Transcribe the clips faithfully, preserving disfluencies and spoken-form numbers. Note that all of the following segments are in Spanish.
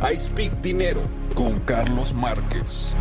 I Speak Dinero con Carlos Márquez.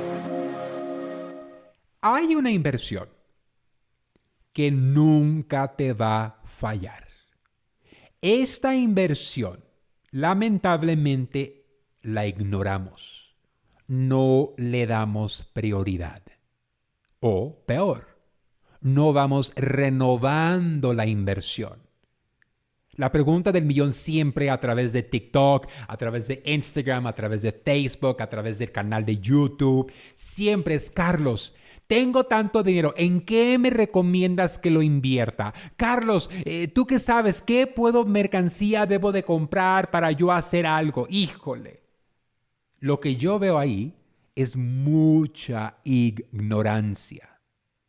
Hay una inversión que nunca te va a fallar. Esta inversión, lamentablemente, la ignoramos. No le damos prioridad. O peor, no vamos renovando la inversión. La pregunta del millón siempre a través de TikTok, a través de Instagram, a través de Facebook, a través del canal de YouTube, siempre es: Carlos, tengo tanto dinero, ¿en qué me recomiendas que lo invierta? Carlos, eh, ¿tú qué sabes? ¿Qué puedo, mercancía debo de comprar para yo hacer algo? Híjole, lo que yo veo ahí es mucha ignorancia.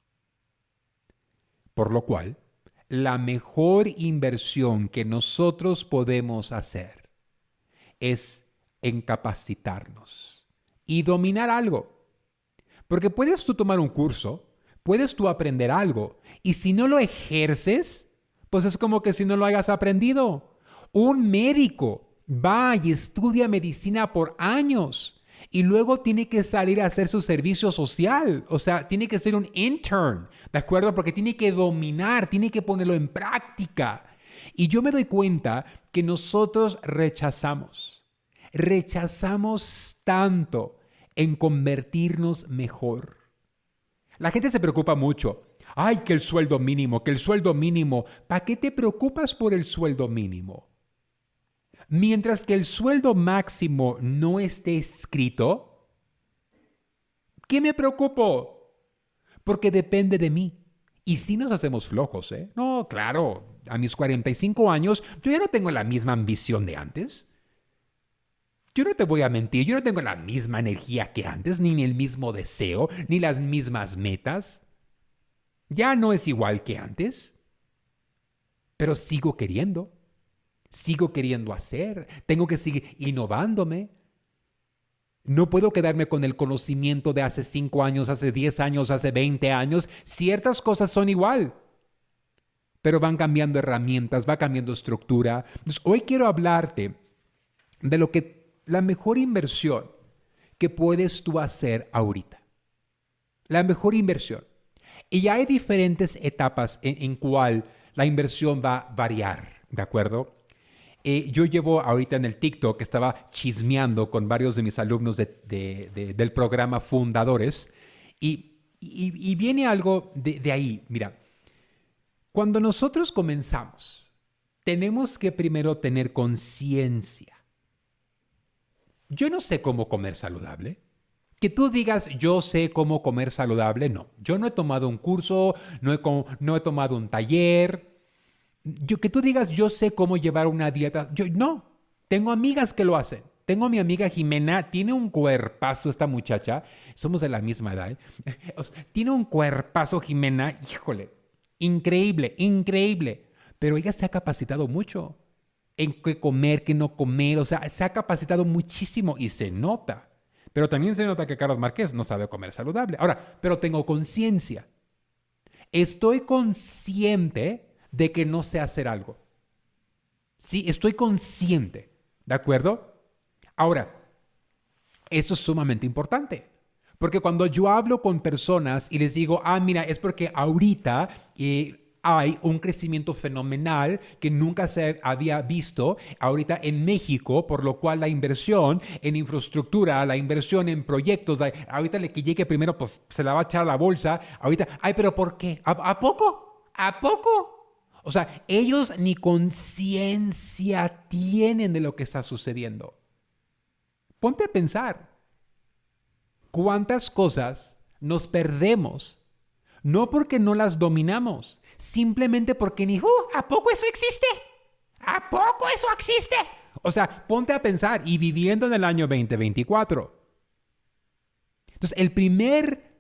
Por lo cual, la mejor inversión que nosotros podemos hacer es en capacitarnos y dominar algo. Porque puedes tú tomar un curso, puedes tú aprender algo, y si no lo ejerces, pues es como que si no lo hayas aprendido. Un médico va y estudia medicina por años y luego tiene que salir a hacer su servicio social. O sea, tiene que ser un intern, ¿de acuerdo? Porque tiene que dominar, tiene que ponerlo en práctica. Y yo me doy cuenta que nosotros rechazamos, rechazamos tanto en convertirnos mejor. La gente se preocupa mucho. Ay, que el sueldo mínimo, que el sueldo mínimo. ¿Para qué te preocupas por el sueldo mínimo? Mientras que el sueldo máximo no esté escrito, ¿qué me preocupo? Porque depende de mí. Y si nos hacemos flojos, ¿eh? No, claro, a mis cuarenta y cinco años yo ya no tengo la misma ambición de antes. Yo no te voy a mentir, yo no tengo la misma energía que antes, ni el mismo deseo, ni las mismas metas. Ya no es igual que antes, pero sigo queriendo. Sigo queriendo hacer, tengo que seguir innovándome. No puedo quedarme con el conocimiento de hace cinco años, hace diez años, hace veinte años. Ciertas cosas son igual, pero van cambiando herramientas, va cambiando estructura. Entonces, hoy quiero hablarte de lo que la mejor inversión que puedes tú hacer ahorita. La mejor inversión. Y hay diferentes etapas en, en cual la inversión va a variar, ¿de acuerdo? Eh, yo llevo ahorita en el TikTok, estaba chismeando con varios de mis alumnos de, de, de, del programa Fundadores, y, y, y viene algo de, de ahí. Mira, cuando nosotros comenzamos, tenemos que primero tener conciencia. Yo no sé cómo comer saludable. Que tú digas, yo sé cómo comer saludable, no. Yo no he tomado un curso, no he, no he tomado un taller. Yo, que tú digas, yo sé cómo llevar una dieta. Yo no. Tengo amigas que lo hacen. Tengo a mi amiga Jimena, tiene un cuerpazo esta muchacha. Somos de la misma edad. ¿eh? Tiene un cuerpazo Jimena, híjole. Increíble, increíble. Pero ella se ha capacitado mucho en qué comer, qué no comer. O sea, se ha capacitado muchísimo y se nota. Pero también se nota que Carlos Márquez no sabe comer saludable. Ahora, pero tengo conciencia. Estoy consciente de que no sé hacer algo. Sí, estoy consciente, ¿de acuerdo? Ahora, esto es sumamente importante, porque cuando yo hablo con personas y les digo, ah, mira, es porque ahorita eh, hay un crecimiento fenomenal que nunca se había visto ahorita en México, por lo cual la inversión en infraestructura, la inversión en proyectos, la, ahorita el que llegue primero, pues se la va a echar a la bolsa, ahorita, ay, pero ¿por qué? ¿A, a poco? ¿A poco? O sea, ellos ni conciencia tienen de lo que está sucediendo. Ponte a pensar. ¿Cuántas cosas nos perdemos? No porque no las dominamos, simplemente porque ni, uh, ¿a poco eso existe? ¿A poco eso existe? O sea, ponte a pensar y viviendo en el año veinte veinticuatro. Entonces, el primer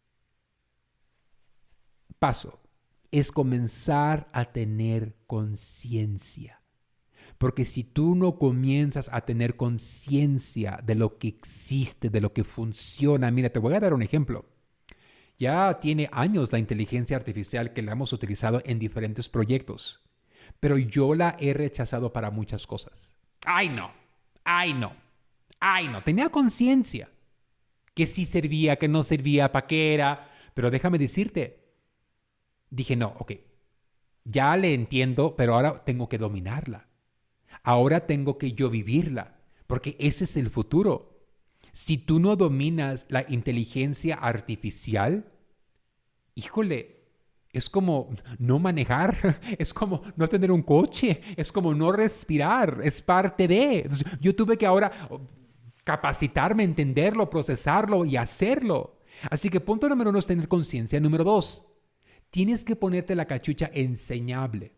paso es comenzar a tener conciencia. Porque si tú no comienzas a tener conciencia de lo que existe, de lo que funciona, mira, te voy a dar un ejemplo. Ya tiene años la inteligencia artificial que la hemos utilizado en diferentes proyectos, pero yo la he rechazado para muchas cosas. ¡Ay, no! ¡Ay, no! Ay, no, tenía conciencia. Que sí servía, que no servía, para qué era. Pero déjame decirte, dije, no, ok, ya le entiendo, pero ahora tengo que dominarla. Ahora tengo que yo vivirla, porque ese es el futuro. Si tú no dominas la inteligencia artificial, híjole, es como no manejar, es como no tener un coche, es como no respirar, es parte de. Yo tuve que ahora capacitarme, entenderlo, procesarlo y hacerlo. Así que punto número uno es tener conciencia. Número dos, tienes que ponerte la cachucha enseñable.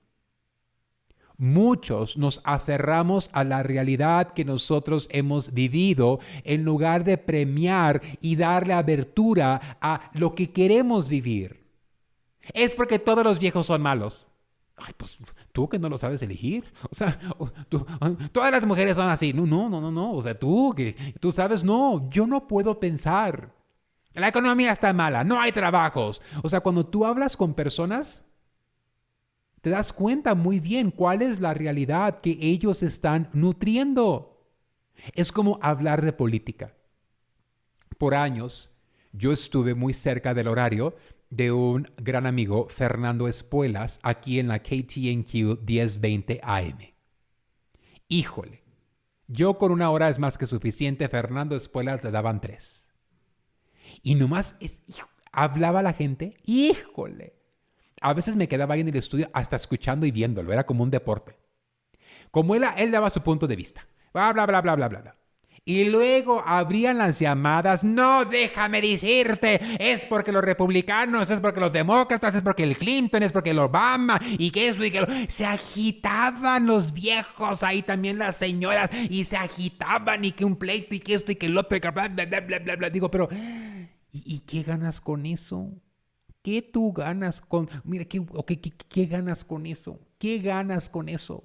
Muchos nos aferramos a la realidad que nosotros hemos vivido en lugar de premiar y darle abertura a lo que queremos vivir. Es porque todos los viejos son malos. Ay, pues tú que no lo sabes elegir. O sea, tú, todas las mujeres son así. No, no, no, no, no. O sea, tú que tú sabes, no, yo no puedo pensar. La economía está mala, no hay trabajos. O sea, cuando tú hablas con personas, te das cuenta muy bien cuál es la realidad que ellos están nutriendo. Es como hablar de política. Por años, yo estuve muy cerca del horario de un gran amigo, Fernando Espuelas, aquí en la K T N Q diez veinte A M. Híjole, yo con una hora es más que suficiente, Fernando Espuelas le daban tres. Y nomás es, hijo, hablaba la gente, híjole. A veces me quedaba ahí en el estudio hasta escuchando y viéndolo, era como un deporte. Como él, él daba su punto de vista, bla, bla, bla, bla, bla, bla. Y luego abrían las llamadas, no, déjame decirte, es porque los republicanos, es porque los demócratas, es porque el Clinton, es porque el Obama, y que eso, y que lo... Se agitaban los viejos, ahí también las señoras, y se agitaban, y que un pleito, y que esto, y que el otro, y que bla, bla, bla, bla, bla, bla. Digo, pero, ¿y, y qué ganas con eso? ¿Qué tú ganas con...? Mira, ¿qué, okay, ¿qué, ¿qué ganas con eso? ¿Qué ganas con eso?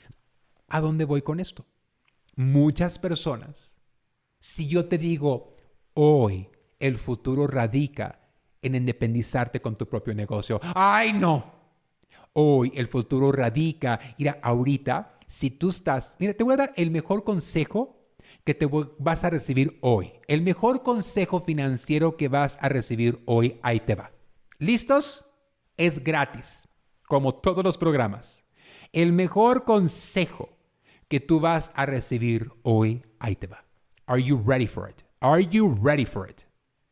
¿A dónde voy con esto? Muchas personas, si yo te digo, hoy el futuro radica en independizarte con tu propio negocio. ¡Ay, no! Hoy el futuro radica, mira, ahorita, si tú estás... Mira, te voy a dar el mejor consejo que te vas a recibir hoy. El mejor consejo financiero que vas a recibir hoy, ahí te va. ¿Listos? Es gratis, como todos los programas. El mejor consejo que tú vas a recibir hoy, ahí te va. Are you ready for it? Are you ready for it?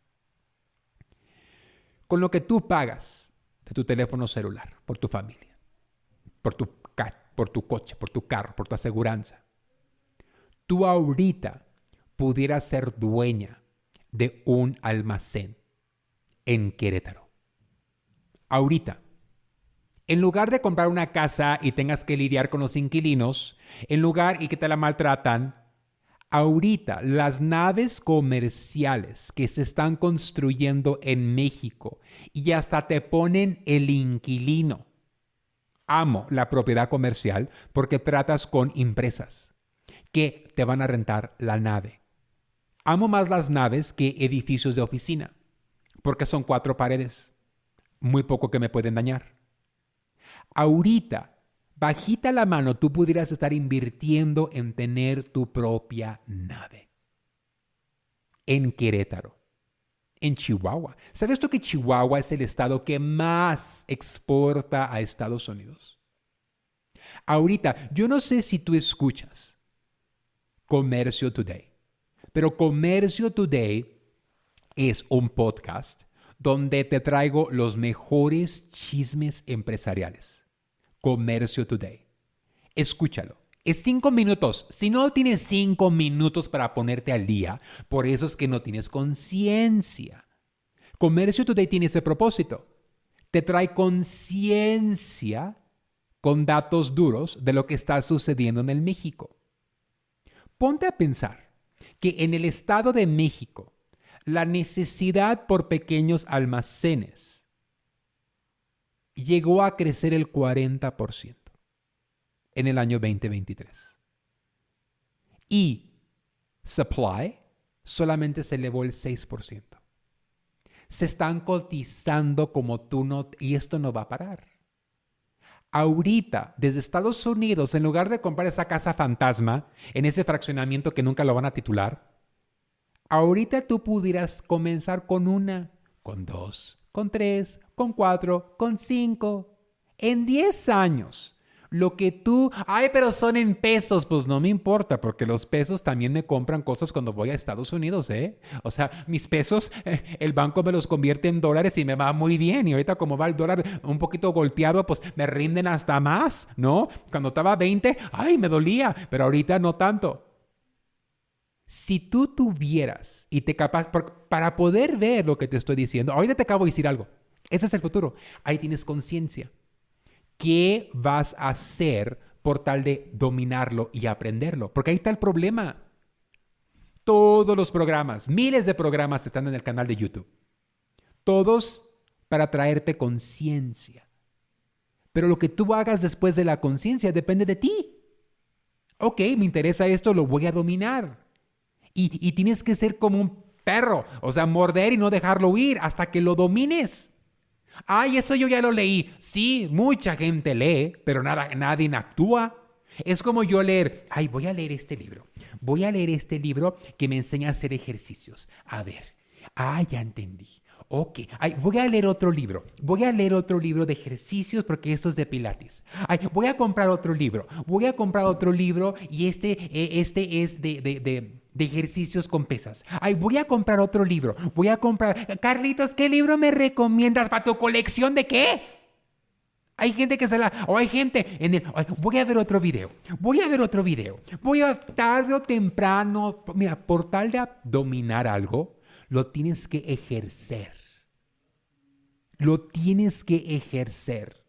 Con lo que tú pagas de tu teléfono celular, por tu familia, por tu, por tu coche, por tu carro, por tu aseguranza, tú ahorita pudieras ser dueña de un almacén en Querétaro. Ahorita. En lugar de comprar una casa y tengas que lidiar con los inquilinos, en lugar y que te la maltratan, ahorita las naves comerciales que se están construyendo en México y hasta te ponen el inquilino. Amo la propiedad comercial porque tratas con empresas que te van a rentar la nave. Amo más las naves que edificios de oficina porque son cuatro paredes, muy poco que me pueden dañar. Ahorita, bajita la mano, tú pudieras estar invirtiendo en tener tu propia nave. En Querétaro, en Chihuahua. ¿Sabes tú que Chihuahua es el estado que más exporta a Estados Unidos? Ahorita, yo no sé si tú escuchas Comercio Today, pero Comercio Today es un podcast donde te traigo los mejores chismes empresariales. Comercio Today. Escúchalo. Es cinco minutos. Si no tienes cinco minutos para ponerte al día, por eso es que no tienes conciencia. Comercio Today tiene ese propósito. Te trae conciencia con datos duros de lo que está sucediendo en el México. Ponte a pensar que en el Estado de México, la necesidad por pequeños almacenes llegó a crecer el cuarenta por ciento en el año veinte veintitrés. Y supply solamente se elevó el seis por ciento. Se están cotizando como tú no... Y esto no va a parar. Ahorita, desde Estados Unidos, en lugar de comprar esa casa fantasma en ese fraccionamiento que nunca lo van a titular, ahorita tú pudieras comenzar con una, con dos, con tres, con cuatro, con cinco. En diez años, lo que tú... Ay, pero son en pesos. Pues no me importa, porque los pesos también me compran cosas cuando voy a Estados Unidos, ¿eh? O sea, mis pesos, eh, el banco me los convierte en dólares y me va muy bien. Y ahorita como va el dólar un poquito golpeado, pues me rinden hasta más, ¿no? Cuando estaba veinte, ay, me dolía, pero ahorita no tanto. Si tú tuvieras y te capaz, para poder ver lo que te estoy diciendo, ahorita te acabo de decir algo. Ese es el futuro. Ahí tienes conciencia. ¿Qué vas a hacer por tal de dominarlo y aprenderlo? Porque ahí está el problema. Todos los programas, miles de programas están en el canal de YouTube. Todos para traerte conciencia. Pero lo que tú hagas después de la conciencia depende de ti. Ok, me interesa esto, lo voy a dominar. Y, y tienes que ser como un perro, o sea, morder y no dejarlo huir hasta que lo domines. Ay, eso yo ya lo leí. Sí, mucha gente lee, pero nada, nadie actúa. Es como yo leer, ay, voy a leer este libro. Voy a leer este libro que me enseña a hacer ejercicios. A ver, ah, ya entendí. Ok, ay, voy a leer otro libro. Voy a leer otro libro de ejercicios porque esto es de Pilates. Ay, voy a comprar otro libro. Voy a comprar otro libro y este, eh, este es de... de, de de ejercicios con pesas. Ay, voy a comprar otro libro. Voy a comprar... Carlitos, ¿qué libro me recomiendas para tu colección de qué? Hay gente que se la... O hay gente en el... Ay, voy a ver otro video. Voy a ver otro video. Voy a tarde o temprano... Mira, por tal de dominar algo, lo tienes que ejercer. Lo tienes que ejercer.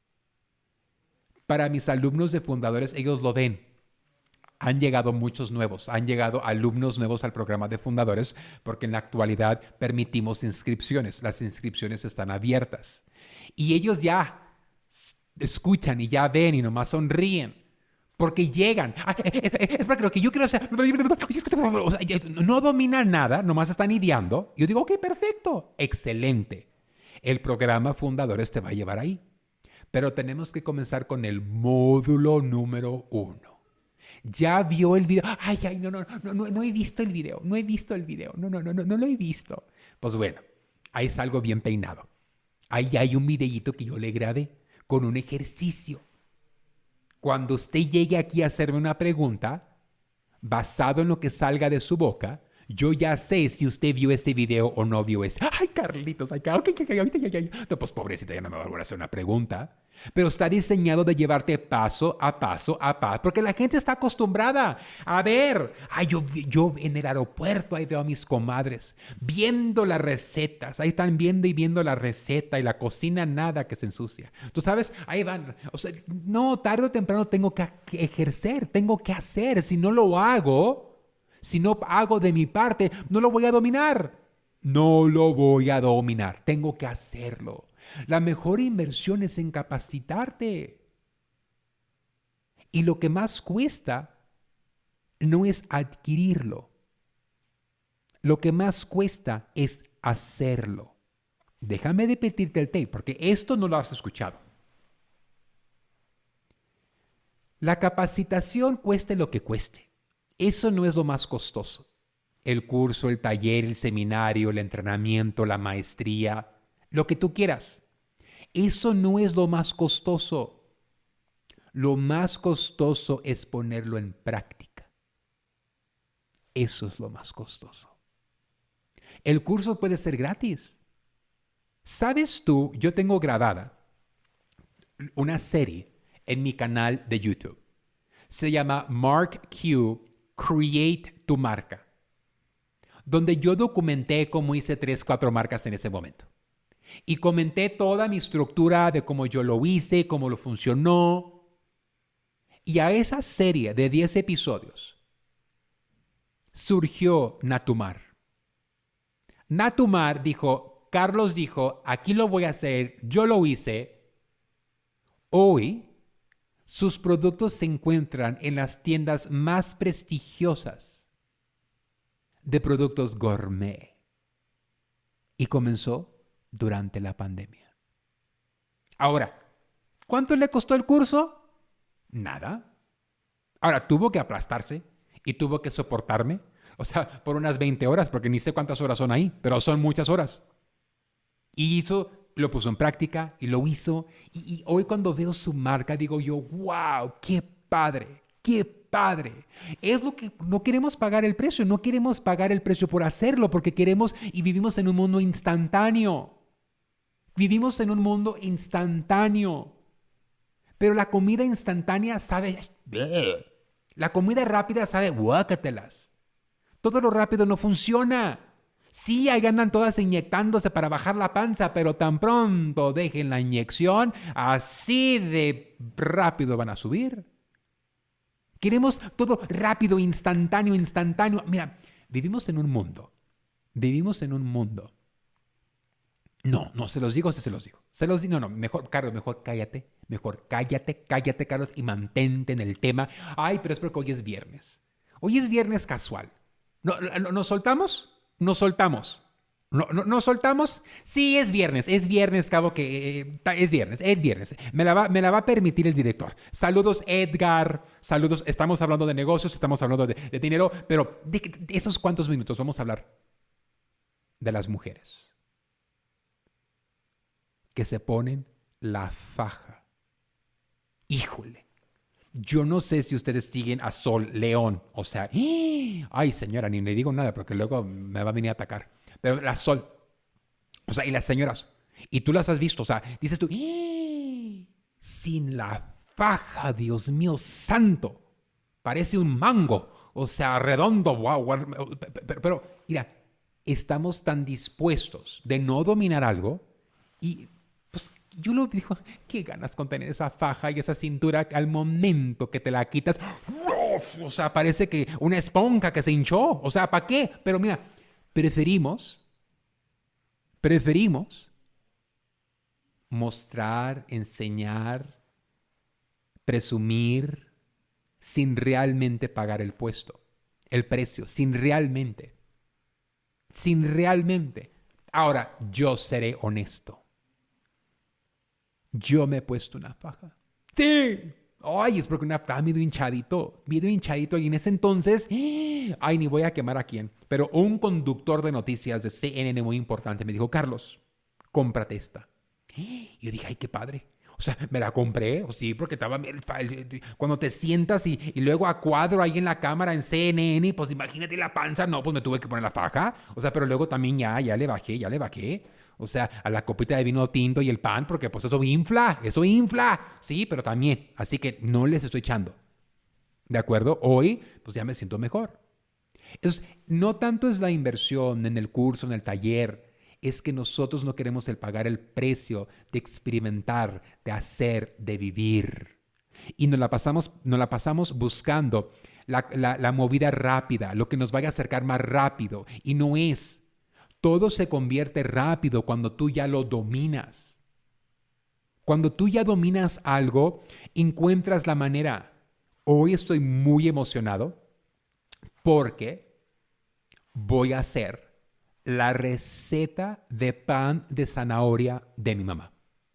Para mis alumnos de fundadores, ellos lo ven. Han llegado muchos nuevos, han llegado alumnos nuevos al programa de fundadores porque en la actualidad permitimos inscripciones. Las inscripciones están abiertas. Y ellos ya escuchan y ya ven y nomás sonríen porque llegan. Es porque lo que yo quiero hacer, no dominan nada, nomás están ideando. Yo digo, ok, perfecto, excelente. El programa Fundadores te va a llevar ahí. Pero tenemos que comenzar con el módulo número uno. Ya vio el video. Ay, ay, no, no, no, no, no he visto el video. No he visto el video. No, no, no, no, no lo he visto. Pues bueno, ahí salgo bien peinado. Ahí hay un videíto que yo le grabé con un ejercicio. Cuando usted llegue aquí a hacerme una pregunta, basado en lo que salga de su boca, yo ya sé si usted vio ese video o no vio ese. Ay, Carlitos, ay, okay, okay, okay, ahorita ya, ya, ya. No, pues pobrecita, ya no me va a volver a hacer una pregunta. Pero está diseñado de llevarte paso a paso a paso, porque la gente está acostumbrada a ver. Ay, yo, yo en el aeropuerto, ahí veo a mis comadres viendo las recetas. Ahí están viendo y viendo la receta y la cocina, nada que se ensucia. Tú sabes, ahí van. O sea, no, tarde o temprano tengo que ejercer, tengo que hacer. Si no lo hago, si no hago de mi parte, no lo voy a dominar. No lo voy a dominar, tengo que hacerlo. La mejor inversión es en capacitarte. Y lo que más cuesta no es adquirirlo. Lo que más cuesta es hacerlo. Déjame repetirte el tape, porque esto no lo has escuchado. La capacitación cueste lo que cueste. Eso no es lo más costoso. El curso, el taller, el seminario, el entrenamiento, la maestría, lo que tú quieras. Eso no es lo más costoso. Lo más costoso es ponerlo en práctica. Eso es lo más costoso. El curso puede ser gratis. ¿Sabes tú? Yo tengo grabada una serie en mi canal de YouTube. Se llama Mark Q, Create tu marca, donde yo documenté cómo hice tres, cuatro marcas en ese momento. Y comenté toda mi estructura de cómo yo lo hice, cómo lo funcionó. Y a esa serie de diez episodios surgió Natumar. Natumar dijo, Carlos dijo, aquí lo voy a hacer, yo lo hice. Hoy, sus productos se encuentran en las tiendas más prestigiosas de productos gourmet. Y comenzó durante la pandemia. Ahora, ¿Cuánto le costó el curso? Nada. Ahora, tuvo que aplastarse y tuvo que soportarme. O sea, por unas veinte horas, porque ni sé cuántas horas son ahí, pero son muchas horas. Y hizo, lo puso en práctica y lo hizo. Y, y hoy cuando veo su marca, digo yo, wow, qué padre, qué padre. Es lo que no queremos pagar el precio, no queremos pagar el precio por hacerlo, porque queremos y vivimos en un mundo instantáneo. Vivimos en un mundo instantáneo. Pero la comida instantánea sabe... La comida rápida sabe guácatelas. Todo lo rápido no funciona. Sí, ahí andan todas inyectándose para bajar la panza, pero tan pronto dejen la inyección, así de rápido van a subir. Queremos todo rápido, instantáneo, instantáneo. Mira, vivimos en un mundo. Vivimos en un mundo. No, no, se los digo, sí se los digo. Se los digo, no, no, mejor, Carlos, mejor cállate. Mejor cállate, cállate, Carlos, y mantente en el tema. Ay, pero es porque hoy es viernes. Hoy es viernes casual. ¿No, no, ¿Nos soltamos? Nos soltamos. ¿No, no, ¿Nos soltamos? Sí, es viernes. Es viernes, cabo, que eh, es viernes. Es viernes. Me la, va, me la va a permitir el director. Saludos, Edgar. Saludos. Estamos hablando de negocios, estamos hablando de, de dinero, pero de, de esos cuantos minutos vamos a hablar de las mujeres que se ponen la faja. Híjole. Yo no sé si ustedes siguen a Sol León. O sea, ay señora, ni le digo nada porque luego me va a venir a atacar. Pero la Sol, o sea, y las señoras, y tú las has visto, o sea, dices tú, sin la faja, Dios mío santo, parece un mango, o sea, redondo, wow, pero, pero mira, estamos tan dispuestos de no dominar algo y pues yo lo digo, qué ganas con tener esa faja y esa cintura al momento que te la quitas, o sea, parece que una esponja que se hinchó, o sea, ¿para qué? Pero mira, preferimos, preferimos mostrar, enseñar, presumir, sin realmente pagar el puesto, el precio, sin realmente, sin realmente. Ahora, yo seré honesto. Yo me he puesto una faja. Sí. Ay, es porque una estaba medio hinchadito, medio hinchadito. Y en ese entonces, ay, ni voy a quemar a quién. Pero un conductor de noticias de C N N muy importante me dijo, Carlos, cómprate esta. Y yo dije, ay, qué padre. O sea, me la compré, o sí, porque estaba... Cuando te sientas y, y luego a cuadro ahí en la cámara en C N N, pues imagínate la panza. No, pues me tuve que poner la faja. O sea, pero luego también ya, ya le bajé, ya le bajé. O sea, a la copita de vino tinto y el pan, porque pues eso infla, eso infla. Sí, pero también. Así que no les estoy echando. ¿De acuerdo? Hoy, pues ya me siento mejor. Entonces, no tanto es la inversión en el curso, en el taller, es que nosotros no queremos el pagar el precio de experimentar, de hacer, de vivir. Y nos la pasamos, nos la pasamos buscando la, la, la movida rápida, lo que nos vaya a acercar más rápido. Y no es. Todo se convierte rápido cuando tú ya lo dominas. Cuando tú ya dominas algo, encuentras la manera. Hoy estoy muy emocionado porque voy a hacer la receta de pan de zanahoria de mi mamá.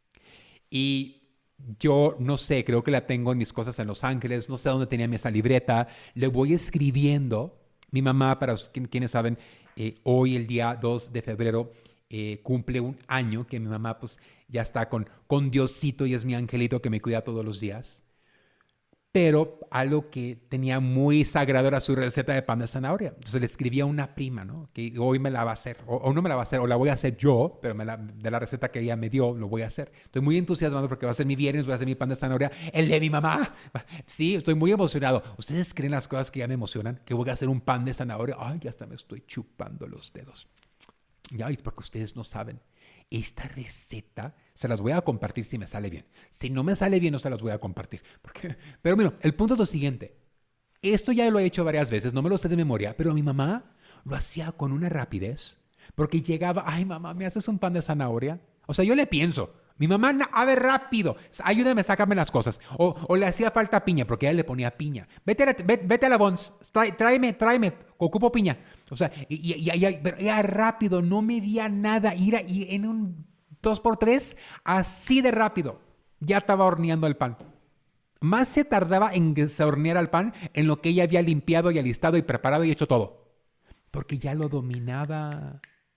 Y yo no sé, creo que la tengo en mis cosas en Los Ángeles, no sé dónde tenía esa libreta. Le voy escribiendo. Mi mamá, para quienes saben, eh, hoy el día dos de febrero eh, cumple un año que mi mamá pues ya está con, con Diosito y es mi angelito que me cuida todos los días. Pero algo que tenía muy sagrado era su receta de pan de zanahoria. Entonces le escribí a una prima, ¿no? Que hoy me la va a hacer, o, o no me la va a hacer, o la voy a hacer yo, pero me la, de la receta que ella me dio, lo voy a hacer. Estoy muy entusiasmado porque va a ser mi viernes, voy a hacer mi pan de zanahoria, el de mi mamá. Sí, estoy muy emocionado. ¿Ustedes creen las cosas que ya me emocionan? Que voy a hacer un pan de zanahoria. Ay, ya hasta me estoy chupando los dedos. Ya, es porque ustedes no saben. Esta receta se las voy a compartir si me sale bien. Si no me sale bien, no se las voy a compartir. Porque, pero mira, el punto es lo siguiente. Esto ya lo he hecho varias veces, no me lo sé de memoria, pero mi mamá lo hacía con una rapidez. Porque llegaba, ay mamá, ¿me haces un pan de zanahoria? O sea, yo le pienso, mi mamá, a ver, rápido, ayúdame, sácame las cosas. O, o le hacía falta piña, porque ella le ponía piña. Vete a la, vete, vete a la Bonds, trae, tráeme, tráeme, ocupo piña. O sea, y, y, y, y, pero era rápido, no medía nada. Ir y en un dos por tres, así de rápido. ya estaba horneando el pan. Más se tardaba en que se horneara el pan en lo que ella había limpiado y alistado y preparado y hecho todo. Porque ya lo dominaba.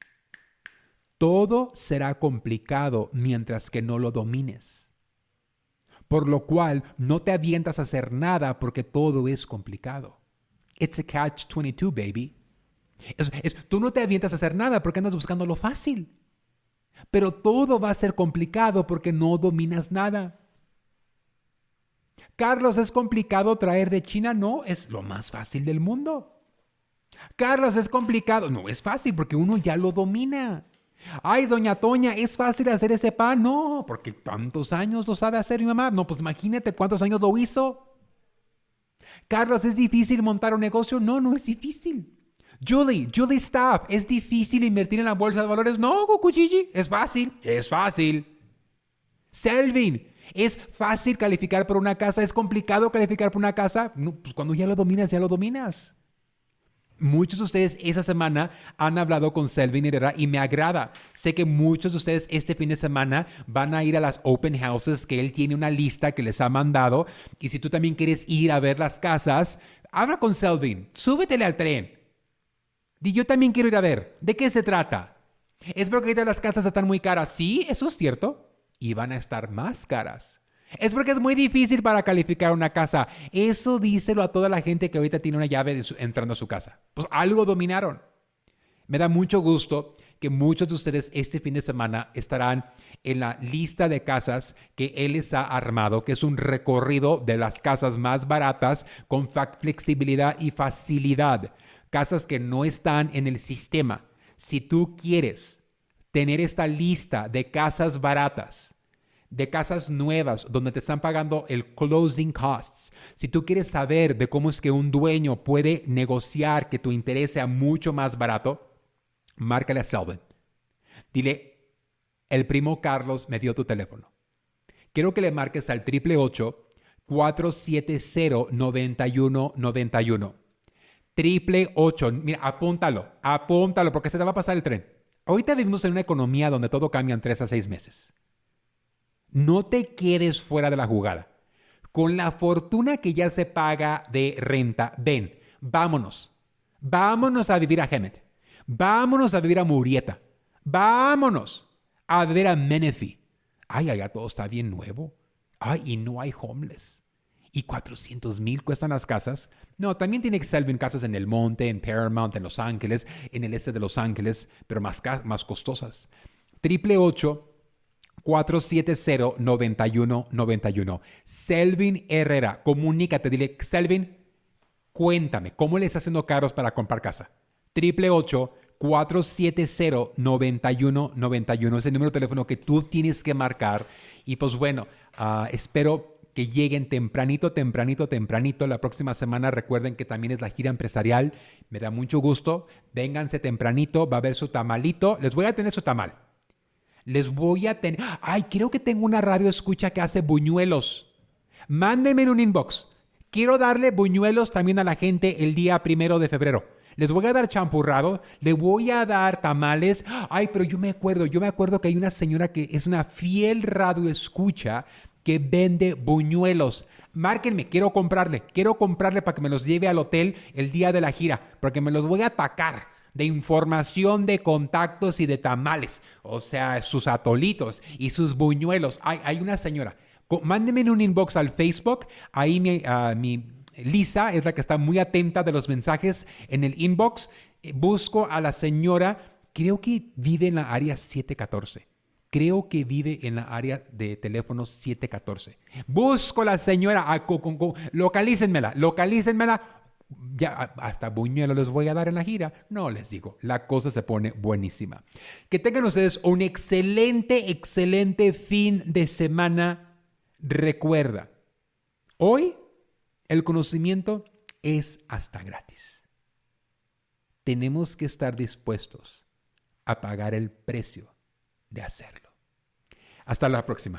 Todo será complicado mientras que no lo domines. Por lo cual no te avientas a hacer nada porque todo es complicado. It's a catch twenty-two, baby. Es, es, tú no te avientas a hacer nada porque andas buscando lo fácil. Pero todo va a ser complicado porque no dominas nada. Carlos, ¿es complicado traer de China? No, es lo más fácil del mundo. Carlos, ¿es complicado? No, es fácil porque uno ya lo domina. Ay, doña Toña, ¿es fácil hacer ese pan? No, porque tantos años lo sabe hacer mi mamá. No, pues imagínate cuántos años lo hizo. Carlos, ¿es difícil montar un negocio? No, no es difícil. Julie, Julie Staff, ¿es difícil invertir en la bolsa de valores? No, Cucuchichi, es fácil, es fácil. Selvin, ¿es fácil calificar por una casa? ¿Es complicado calificar por una casa? No, pues cuando ya lo dominas, ya lo dominas. Muchos de ustedes esa semana han hablado con Selvin Herrera y me agrada. Sé que muchos de ustedes este fin de semana van a ir a las open houses que él tiene una lista que les ha mandado. Y si tú también quieres ir a ver las casas, habla con Selvin, súbetele al tren. Y yo también quiero ir a ver. ¿De qué se trata? Es porque ahorita las casas están muy caras. Sí, eso es cierto. Y van a estar más caras. Es porque es muy difícil para calificar una casa. Eso díselo a toda la gente que ahorita tiene una llave de su, entrando a su casa. Pues algo dominaron. Me da mucho gusto que muchos de ustedes este fin de semana estarán en la lista de casas que él les ha armado, que es un recorrido de las casas más baratas con flexibilidad y facilidad. Casas que no están en el sistema. Si tú quieres tener esta lista de casas baratas, de casas nuevas donde te están pagando el closing costs, si tú quieres saber de cómo es que un dueño puede negociar que tu interés sea mucho más barato, márcale a Selvin. Dile, el primo Carlos me dio tu teléfono. Quiero que le marques al ocho ocho ocho, cuatro siete cero, nueve uno nueve uno. Triple ocho, mira, apúntalo, apúntalo porque se te va a pasar el tren. Ahorita vivimos en una economía donde todo cambia en tres a seis meses. No te quedes fuera de la jugada. Con la fortuna que ya se paga de renta, ven, vámonos. Vámonos a vivir a Hemet. Vámonos a vivir a Murrieta. Vámonos a vivir a Menifee. Ay, allá todo está bien nuevo. Ay, y no hay homeless. ¿Y cuatrocientos mil cuestan las casas? No, también tiene que ser en casas en el monte, en Paramount, en Los Ángeles, en el este de Los Ángeles, pero más, más costosas. Triple ocho, cuatro siete cero, nueve uno nueve uno. Selvin Herrera, comunícate, dile, Selvin, cuéntame, ¿cómo le estás haciendo caros para comprar casa? Triple ocho, cuatro siete cero, nueve uno nueve uno es el número de teléfono que tú tienes que marcar. Y pues bueno, uh, espero que lleguen tempranito, tempranito, tempranito. La próxima semana recuerden que también es la gira empresarial. Me da mucho gusto. Vénganse tempranito, va a haber su tamalito. Les voy a tener su tamal. Les voy a tener... Ay, creo que tengo una radio escucha que hace buñuelos. Mándenme en un inbox. Quiero darle buñuelos también a la gente el día primero de febrero. Les voy a dar champurrado, le voy a dar tamales. Ay, pero yo me acuerdo, yo me acuerdo que hay una señora que es una fiel radio escucha que vende buñuelos. Márquenme, quiero comprarle, quiero comprarle para que me los lleve al hotel el día de la gira, porque me los voy a atacar de información, de contactos y de tamales. O sea, sus atolitos y sus buñuelos. Hay, hay una señora. Mándenme en un inbox al Facebook. Ahí mi, uh, mi Lisa es la que está muy atenta de los mensajes en el inbox. Busco a la señora, creo que vive en la área siete catorce. Creo que vive en la área de teléfono siete catorce. Busco a la señora, a, co, co, co, localícenmela, localícenmela. Ya hasta buñuelo les voy a dar en la gira. No les digo, la cosa se pone buenísima. Que tengan ustedes un excelente, excelente fin de semana. Recuerda, hoy el conocimiento es hasta gratis. Tenemos que estar dispuestos a pagar el precio de hacerlo. Hasta la próxima.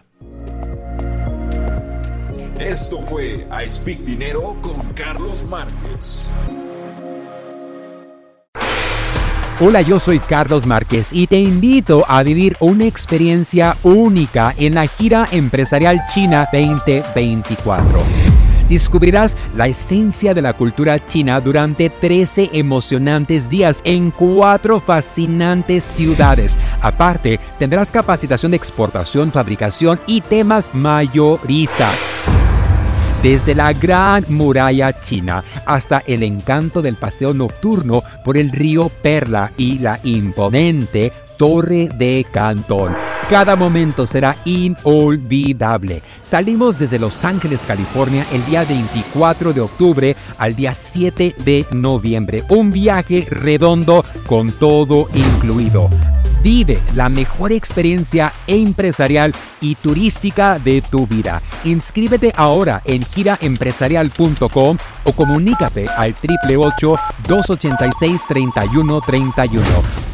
Esto fue I Speak Dinero con Carlos Márquez. Hola, yo soy Carlos Márquez y te invito a vivir una experiencia única en la Gira Empresarial China veinte veinticuatro. Descubrirás la esencia de la cultura china durante trece emocionantes días en cuatro fascinantes ciudades. Aparte, tendrás capacitación de exportación, fabricación y temas mayoristas. Desde la Gran Muralla China hasta el encanto del paseo nocturno por el río Perla y la imponente Torre de Cantón. Cada momento será inolvidable. Salimos desde Los Ángeles, California, el día veinticuatro de octubre al día siete de noviembre. Un viaje redondo con todo incluido. Vive la mejor experiencia empresarial y turística de tu vida. Inscríbete ahora en gira empresarial punto com o comunícate al ocho ocho ocho, dos ocho seis, tres uno tres uno.